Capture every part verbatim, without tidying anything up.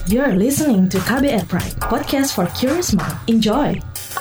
You're listening to K B R Pride, podcast for curious mind. Enjoy!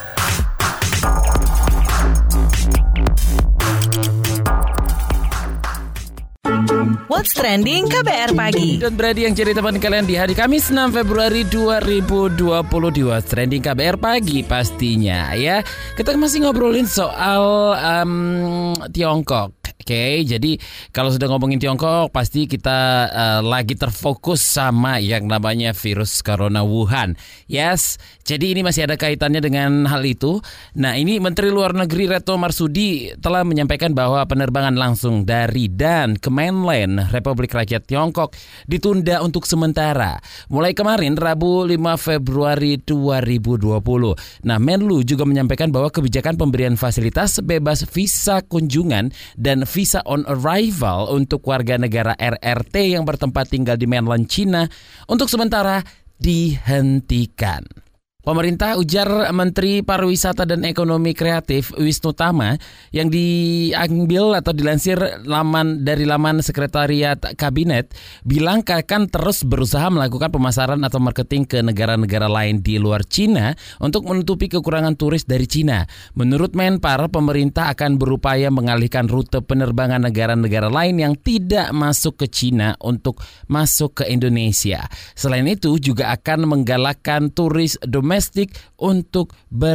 What's Trending K B R Pagi. Dan Brady yang jadi teman kalian di hari Kamis enam Februari dua ribu dua puluh di What's Trending K B R Pagi pastinya ya. Kita masih ngobrolin soal um, Tiongkok. Oke, okay, jadi kalau sudah ngomongin Tiongkok pasti kita uh, lagi terfokus sama yang namanya virus corona Wuhan. Yes, jadi ini masih ada kaitannya dengan hal itu. Nah, ini Menteri Luar Negeri Retno Marsudi telah menyampaikan bahwa penerbangan langsung dari dan ke mainland Republik Rakyat Tiongkok ditunda untuk sementara mulai kemarin Rabu lima Februari dua ribu dua puluh. Nah, Menlu juga menyampaikan bahwa kebijakan pemberian fasilitas bebas visa kunjungan dan visa on arrival untuk warga negara R R T yang bertempat tinggal di mainland China untuk sementara dihentikan. Pemerintah, ujar Menteri Pariwisata dan Ekonomi Kreatif Wisnu Tama, yang diambil atau dilansir laman dari laman Sekretariat Kabinet, bilang akan terus berusaha melakukan pemasaran atau marketing ke negara-negara lain di luar Cina untuk menutupi kekurangan turis dari Cina. Menurut Menpar, pemerintah akan berupaya mengalihkan rute penerbangan negara-negara lain yang tidak masuk ke Cina untuk masuk ke Indonesia. Selain itu juga akan menggalakkan turis domestik untuk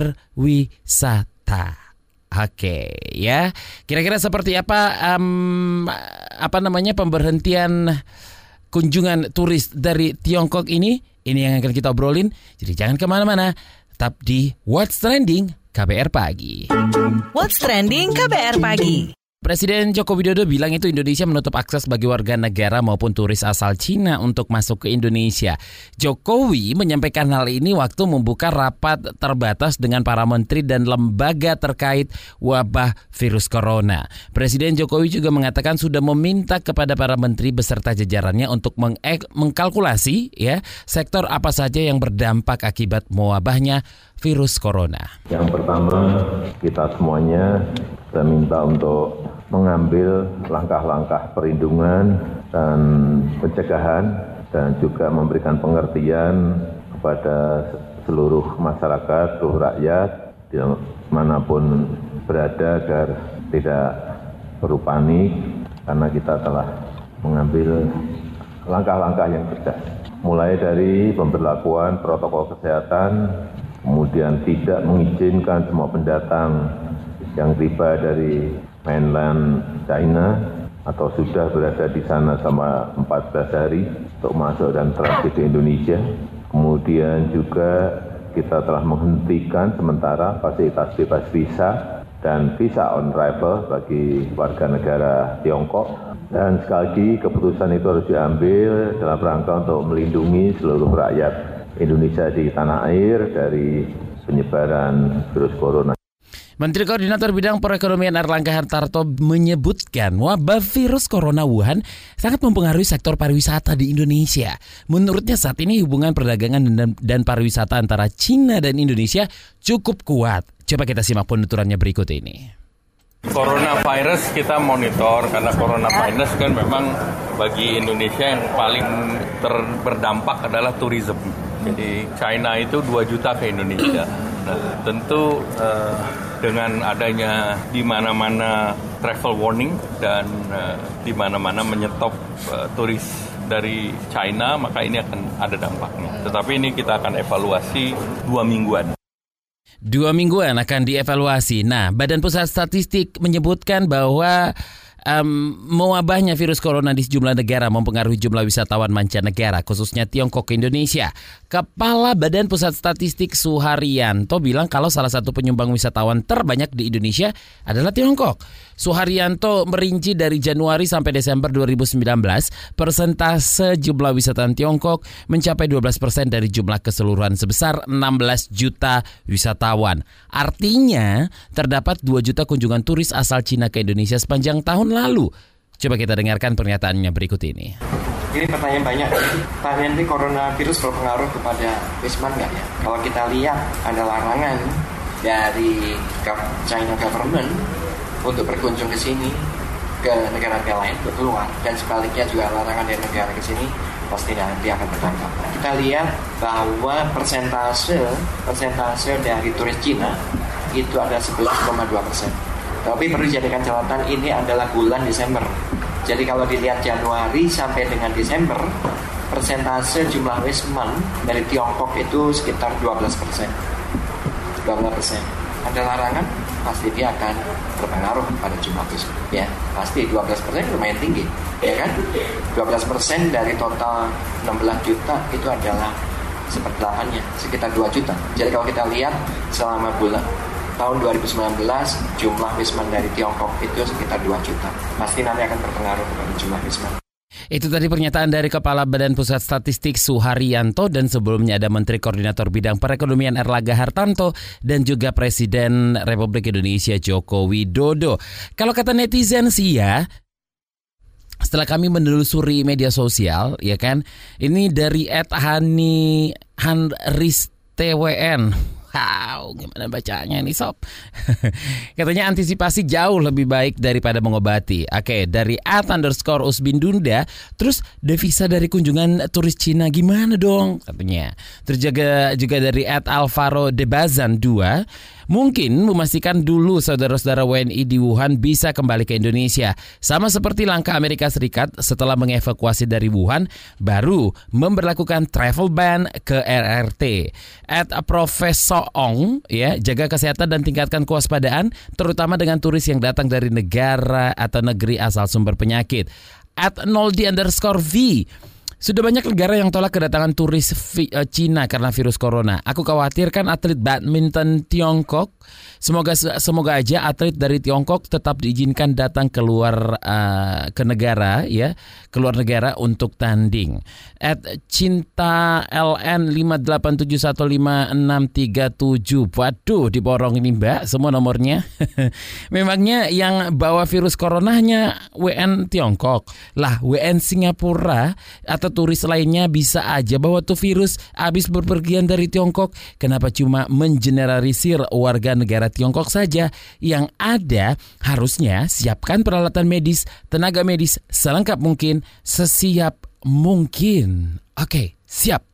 berwisata. Oke, ya. Kira-kira seperti apa um, apa namanya pemberhentian kunjungan turis dari Tiongkok ini? Ini yang akan kita obrolin. Jadi jangan kemana-mana. Tetap di What's Trending K B R Pagi. What's Trending K B R Pagi. Presiden Joko Widodo bilang itu Indonesia menutup akses bagi warga negara maupun turis asal Cina untuk masuk ke Indonesia. Jokowi menyampaikan hal ini waktu membuka rapat terbatas dengan para menteri dan lembaga terkait wabah virus corona. Presiden Jokowi juga mengatakan sudah meminta kepada para menteri beserta jajarannya untuk meng- mengkalkulasi ya sektor apa saja yang berdampak akibat mewabahnya virus corona. Yang pertama, kita semuanya saya minta untuk mengambil langkah-langkah perlindungan dan pencegahan dan juga memberikan pengertian kepada seluruh masyarakat, seluruh rakyat dimanapun berada agar tidak perlu panik karena kita telah mengambil langkah-langkah yang cerdas. Mulai dari pemberlakuan protokol kesehatan, kemudian tidak mengizinkan semua pendatang yang tiba dari mainland China atau sudah berada di sana selama empat belas hari untuk masuk dan transit ke Indonesia. Kemudian juga kita telah menghentikan sementara fasilitas bebas visa dan visa on arrival bagi warga negara Tiongkok. Dan sekali lagi keputusan itu harus diambil dalam rangka untuk melindungi seluruh rakyat Indonesia di tanah air dari penyebaran virus corona. Menteri Koordinator Bidang Perekonomian Erlangga Hartarto menyebutkan wabah virus corona Wuhan sangat mempengaruhi sektor pariwisata di Indonesia. Menurutnya saat ini hubungan perdagangan dan, dan pariwisata antara Cina dan Indonesia cukup kuat. Coba kita simak penuturannya berikut ini. Coronavirus kita monitor karena coronavirus kan memang bagi Indonesia yang paling ter- berdampak adalah tourism. Jadi China itu dua juta ke Indonesia. Nah, tentu uh, dengan adanya di mana-mana travel warning dan uh, di mana-mana menyetop uh, turis dari China, maka ini akan ada dampaknya. Tetapi ini kita akan evaluasi dua mingguan. Dua mingguan akan dievaluasi. Nah, Badan Pusat Statistik menyebutkan bahwa Um, mewabahnya virus corona di sejumlah negara mempengaruhi jumlah wisatawan mancanegara, khususnya Tiongkok ke Indonesia. Kepala Badan Pusat Statistik Suharyanto bilang kalau salah satu penyumbang wisatawan terbanyak di Indonesia adalah Tiongkok. Suharyanto merinci dari Januari sampai Desember dua ribu sembilan belas, persentase jumlah wisatawan Tiongkok mencapai dua belas persen dari jumlah keseluruhan sebesar enam belas juta wisatawan. Artinya terdapat dua juta kunjungan turis asal Cina ke Indonesia sepanjang tahun lalu. Coba kita dengarkan pernyataannya berikut ini. Ini pertanyaan banyak. Varian coronavirus berpengaruh kepada Wisman nggak ya? Kalau kita lihat ada larangan dari China government untuk berkunjung ke sini. ke negara-negara lain untuk keluar, dan sebaliknya juga larangan dari negara ke sini pasti nanti akan berdampak. Kita lihat bahwa persentase persentase dari turis Cina itu ada sebelas koma dua persen. Tapi perlu dijadikan catatan, ini adalah bulan Desember. Jadi kalau dilihat Januari sampai dengan Desember, persentase jumlah wisman dari Tiongkok itu sekitar dua belas persen. dua belas persen. Ada larangan, pasti dia akan berpengaruh pada jumlah wisman. Ya, pasti dua belas persen lumayan tinggi, ya kan? dua belas persen dari total enam belas juta itu adalah seperdelapannya, sekitar dua juta. Jadi kalau kita lihat selama bulan tahun dua ribu sembilan belas jumlah wisman dari Tiongkok itu sekitar dua juta. Pasti nanti akan berpengaruh kepada jumlah wisman. Itu tadi pernyataan dari Kepala Badan Pusat Statistik Suharyanto, dan sebelumnya ada Menteri Koordinator Bidang Perekonomian Erlangga Hartarto dan juga Presiden Republik Indonesia Joko Widodo. Kalau kata netizen sih ya, setelah kami menelusuri media sosial, ya kan, ini dari et hani hanristwn. Wow, gimana bacanya nih sob? Katanya antisipasi jauh lebih baik daripada mengobati. Oke, dari at underscore usbindunda. Terus devisa dari kunjungan turis Cina gimana dong? Katanya. Terus juga, juga dari at Alvaro Debazan dua. Mungkin memastikan dulu saudara-saudara W N I di Wuhan bisa kembali ke Indonesia. Sama seperti langkah Amerika Serikat setelah mengevakuasi dari Wuhan, baru memberlakukan travel ban ke R R T. At Profesor Ong, ya, jaga kesehatan dan tingkatkan kewaspadaan, terutama dengan turis yang datang dari negara atau negeri asal sumber penyakit. At nol D underscore V. Sudah banyak negara yang tolak kedatangan turis Cina karena virus corona. Aku khawatirkan atlet badminton Tiongkok. Semoga semoga aja atlet dari Tiongkok tetap diizinkan datang keluar uh, ke negara, ya, keluar negara untuk tanding. At Cinta L N lima delapan tujuh satu lima enam tiga tujuh. Waduh, diborong ini Mbak, semua nomornya. Memangnya yang bawa virus coronanya W N Tiongkok. Lah, W N Singapura atau turis lainnya bisa aja bawa tuh virus habis berpergian dari Tiongkok. Kenapa cuma mengeneralisir warga negara Tiongkok saja? Yang ada harusnya siapkan peralatan medis, tenaga medis selengkap mungkin, sesiap mungkin. Oke, siap.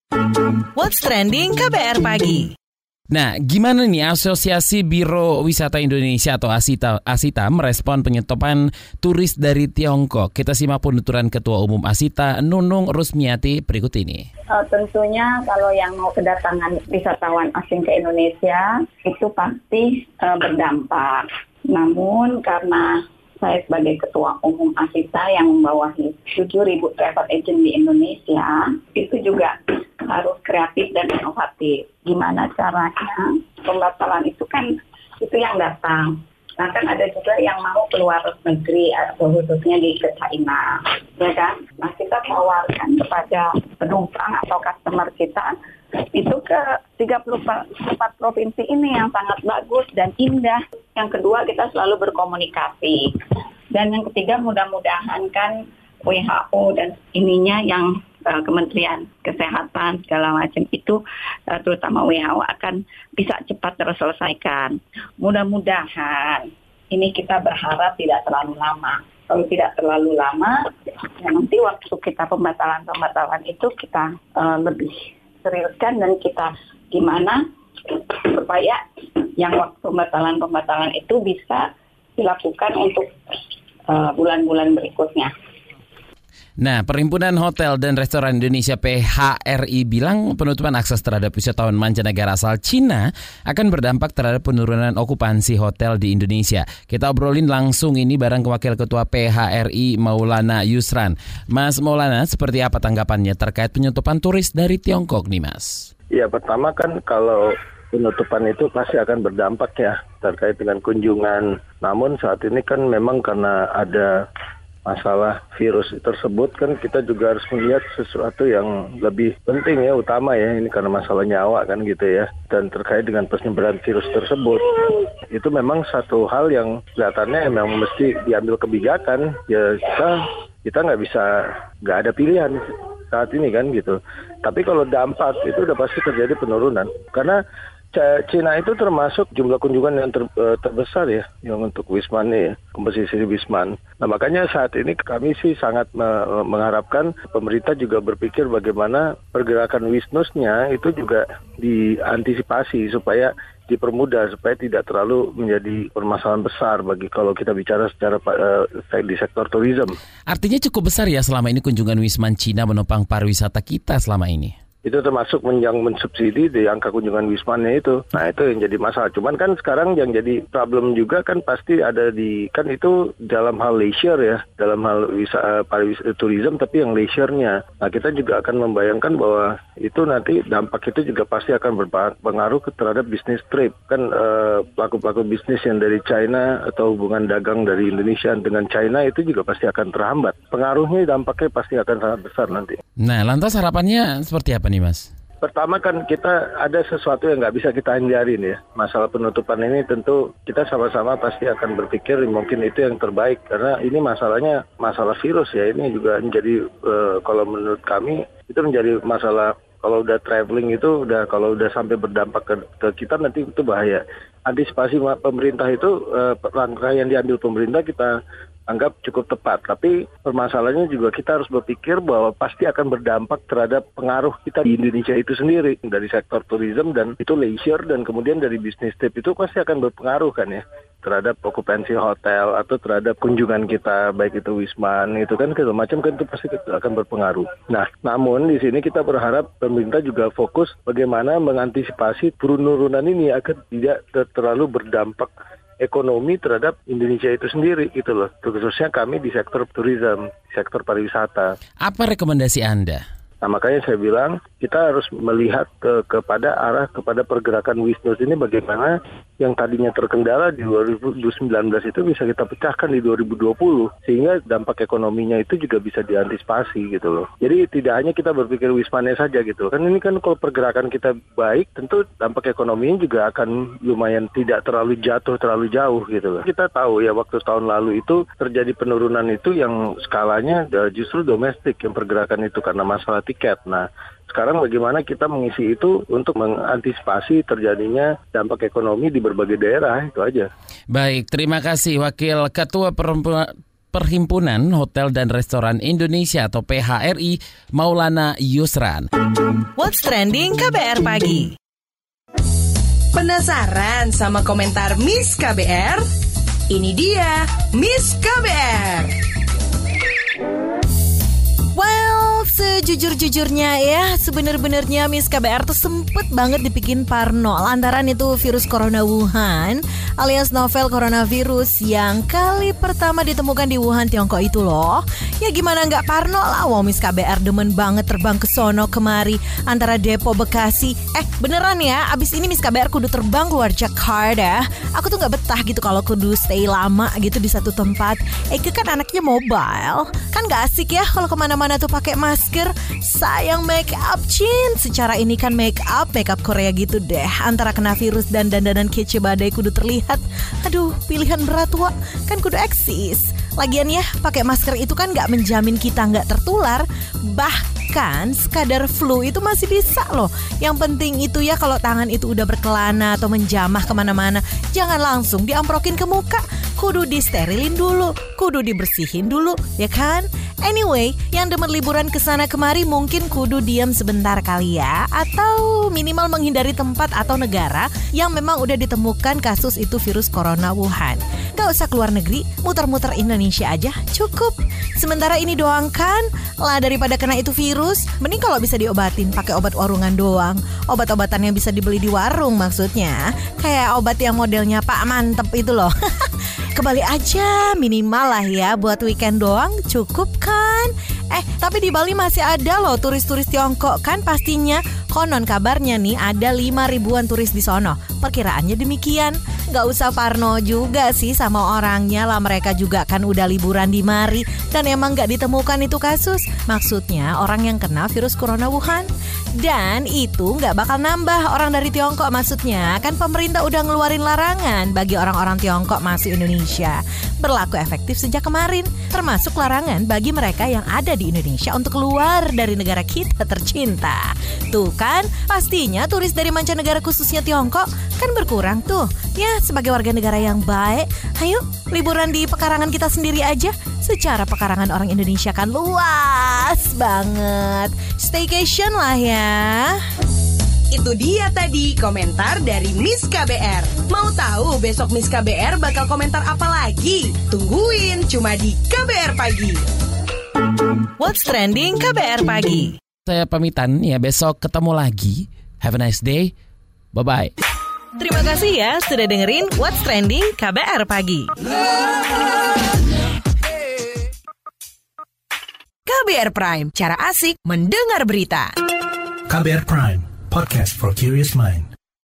What's Trending K B R Pagi. Nah, gimana nih Asosiasi Biro Wisata Indonesia atau ASITA, ASITA merespon penyetopan turis dari Tiongkok? Kita simak penuturan Ketua Umum ASITA, Nunung Rusmiati, berikut ini. Uh, tentunya kalau yang mau kedatangan wisatawan asing ke Indonesia itu pasti uh, berdampak. Namun karena saya sebagai Ketua Umum ASITA yang membawahi tujuh ribu travel agent di Indonesia, itu juga harus kreatif dan inovatif. Gimana caranya? Pembatalan itu kan itu yang datang. Nah kan ada juga yang mau keluar negeri, atau khususnya di ke China, ya kan? Nah kita tawarkan kepada penumpang atau customer kita itu ke tiga puluh empat provinsi ini yang sangat bagus dan indah. Yang kedua, kita selalu berkomunikasi. Dan yang ketiga, mudah-mudahan kan W H O dan ininya yang uh, Kementerian Kesehatan segala macam itu, uh, terutama W H O akan bisa cepat terselesaikan. Mudah-mudahan ini kita berharap tidak terlalu lama. Kalau tidak terlalu lama, ya nanti waktu kita pembatalan-pembatalan itu kita uh, lebih seriuskan dan kita gimana supaya yang waktu pembatalan-pembatalan itu bisa dilakukan untuk uh, bulan-bulan berikutnya. Nah, Perhimpunan Hotel dan Restoran Indonesia P H R I bilang penutupan akses terhadap wisatawan mancanegara asal Cina akan berdampak terhadap penurunan okupansi hotel di Indonesia. Kita obrolin langsung ini bareng Wakil Ketua P H R I Maulana Yusran. Mas Maulana, seperti apa tanggapannya terkait penutupan turis dari Tiongkok nih, Mas? Ya, pertama kan kalau penutupan itu pasti akan berdampak ya terkait dengan kunjungan. Namun saat ini kan memang karena ada masalah virus tersebut kan kita juga harus melihat sesuatu yang lebih penting ya, utama ya, ini karena masalah nyawa kan gitu ya, dan terkait dengan penyebaran virus tersebut. Itu memang satu hal yang kelihatannya memang mesti diambil kebijakan ya, kita kita nggak bisa, nggak ada pilihan saat ini kan gitu. Tapi kalau dampak itu udah pasti terjadi penurunan, karena Cina itu termasuk jumlah kunjungan yang ter, terbesar ya, yang untuk Wisman ya, komposisi Wisman. Nah makanya saat ini kami sih sangat me- mengharapkan pemerintah juga berpikir bagaimana pergerakan wisnusnya itu juga diantisipasi supaya dipermudah, supaya tidak terlalu menjadi permasalahan besar bagi kalau kita bicara secara uh, di sektor tourism. Artinya cukup besar ya selama ini kunjungan Wisman Cina menopang pariwisata kita selama ini. Itu termasuk yang mensubsidi di angka kunjungan Wismannya itu. Nah itu yang jadi masalah. Cuman kan sekarang yang jadi problem juga kan pasti ada di, kan itu dalam hal leisure ya, dalam hal wisata pariwisata tourism tapi yang leisure-nya. Nah kita juga akan membayangkan bahwa itu nanti dampak itu juga pasti akan berpengaruh terhadap bisnis trip. Kan eh, pelaku-pelaku bisnis yang dari China atau hubungan dagang dari Indonesia dengan China itu juga pasti akan terhambat. Pengaruhnya, dampaknya pasti akan sangat besar nanti. Nah lantas harapannya seperti apa nih Mas? Pertama kan kita ada sesuatu yang nggak bisa kita hindarin ya. Masalah penutupan ini tentu kita sama-sama pasti akan berpikir mungkin itu yang terbaik. Karena ini masalahnya masalah virus ya. Ini juga menjadi uh, kalau menurut kami itu menjadi masalah. Kalau udah traveling itu udah kalau udah sampai berdampak ke, ke kita nanti itu bahaya. Antisipasi pemerintah itu uh, langkah yang diambil pemerintah kita anggap cukup tepat, tapi permasalahannya juga kita harus berpikir bahwa pasti akan berdampak terhadap pengaruh kita di Indonesia itu sendiri dari sektor tourism dan itu leisure dan kemudian dari bisnis trip itu pasti akan berpengaruh kan ya terhadap okupansi hotel atau terhadap kunjungan kita baik itu Wisman itu kan segala macam kan itu pasti akan berpengaruh. Nah, namun di sini kita berharap pemerintah juga fokus bagaimana mengantisipasi penurunan ini agar tidak terlalu berdampak ekonomi terhadap Indonesia itu sendiri gitu loh. Khususnya kami di sektor tourism, sektor pariwisata. Apa rekomendasi Anda? Nah makanya saya bilang kita harus melihat ke, kepada arah kepada pergerakan wisnus ini bagaimana yang tadinya terkendala di dua ribu sembilan belas itu bisa kita pecahkan di dua ribu dua puluh sehingga dampak ekonominya itu juga bisa diantisipasi gitu loh. Jadi tidak hanya kita berpikir Wismannya saja gitu. Kan ini kan kalau pergerakan kita baik tentu dampak ekonominya juga akan lumayan tidak terlalu jatuh terlalu jauh gitu loh. Kita tahu ya waktu tahun lalu itu terjadi penurunan itu yang skalanya justru domestik yang pergerakan itu karena masalah tiket. Nah sekarang bagaimana kita mengisi itu untuk mengantisipasi terjadinya dampak ekonomi di berbagai daerah, itu aja. Baik, terima kasih Wakil Ketua Perhimpunan Hotel dan Restoran Indonesia atau P H R I, Maulana Yusran. What's Trending K B R Pagi. Penasaran sama komentar Miss K B R? Ini dia Miss K B R. Well, sejujur-jujurnya ya, sebenar-benarnya Miss K B R tuh sempet banget dibikin parno lantaran itu virus corona Wuhan alias novel coronavirus yang kali pertama ditemukan di Wuhan, Tiongkok itu loh. Ya gimana nggak parno lah, wow Miss K B R demen banget terbang ke sono kemari antara Depok, Bekasi. Eh beneran ya, abis ini Miss K B R kudu terbang keluar Jakarta. Aku tuh nggak betah gitu kalau kudu stay lama gitu di satu tempat. Eh kan anaknya mobile, kan nggak asik ya kalau kemana-mana tuh pakai masker. Sayang make up chin. Secara ini kan make up, make up Korea gitu deh. Antara kena virus dan dandanan kece badai kudu terlihat. Aduh, pilihan berat wak, kan kudu eksis. Lagian ya, pakai masker itu kan gak menjamin kita gak tertular. Bahkan sekadar flu itu masih bisa loh. Yang penting itu ya kalau tangan itu udah berkelana atau menjamah kemana-mana, jangan langsung diamprokin ke muka. Kudu disterilin dulu, kudu dibersihin dulu, ya kan? Anyway, yang demen liburan kesana kemari mungkin kudu diam sebentar kali ya. Atau minimal menghindari tempat atau negara yang memang udah ditemukan kasus itu virus corona Wuhan. Gak usah keluar negeri, muter-muter Indonesia aja cukup. Sementara ini doangkan lah daripada kena itu virus, mending kalau bisa diobatin pakai obat warungan doang. Obat-obatan yang bisa dibeli di warung maksudnya. Kayak obat yang modelnya Pak Mantep itu loh. Kebalik aja, minimal lah ya buat weekend doang cukup kan? Eh tapi di Bali masih ada loh turis-turis Tiongkok kan pastinya. Konon kabarnya nih ada lima ribuan turis di sono. Perkiraannya demikian. Gak usah parno juga sih sama orangnya lah, mereka juga kan udah liburan di mari dan emang gak ditemukan itu kasus. Maksudnya orang yang kena virus corona Wuhan. Dan itu gak bakal nambah orang dari Tiongkok, maksudnya kan pemerintah udah ngeluarin larangan bagi orang-orang Tiongkok masuk Indonesia. Berlaku efektif sejak kemarin, termasuk larangan bagi mereka yang ada di Indonesia untuk keluar dari negara kita tercinta. Tuh kan, pastinya turis dari mancanegara khususnya Tiongkok kan berkurang tuh. Ya, sebagai warga negara yang baik, ayo liburan di pekarangan kita sendiri aja. Secara pekarangan orang Indonesia kan luas banget. Staycation lah ya. Itu dia tadi komentar dari Miss K B R. Mau tahu besok Miss K B R bakal komentar apa lagi? Tungguin cuma di K B R Pagi. What's Trending K B R Pagi. Saya pamitan ya, besok ketemu lagi. Have a nice day. Bye-bye. Terima kasih ya sudah dengerin What's Trending K B R Pagi. K B R Prime, cara asik mendengar berita. K B R Prime, podcast for curious mind.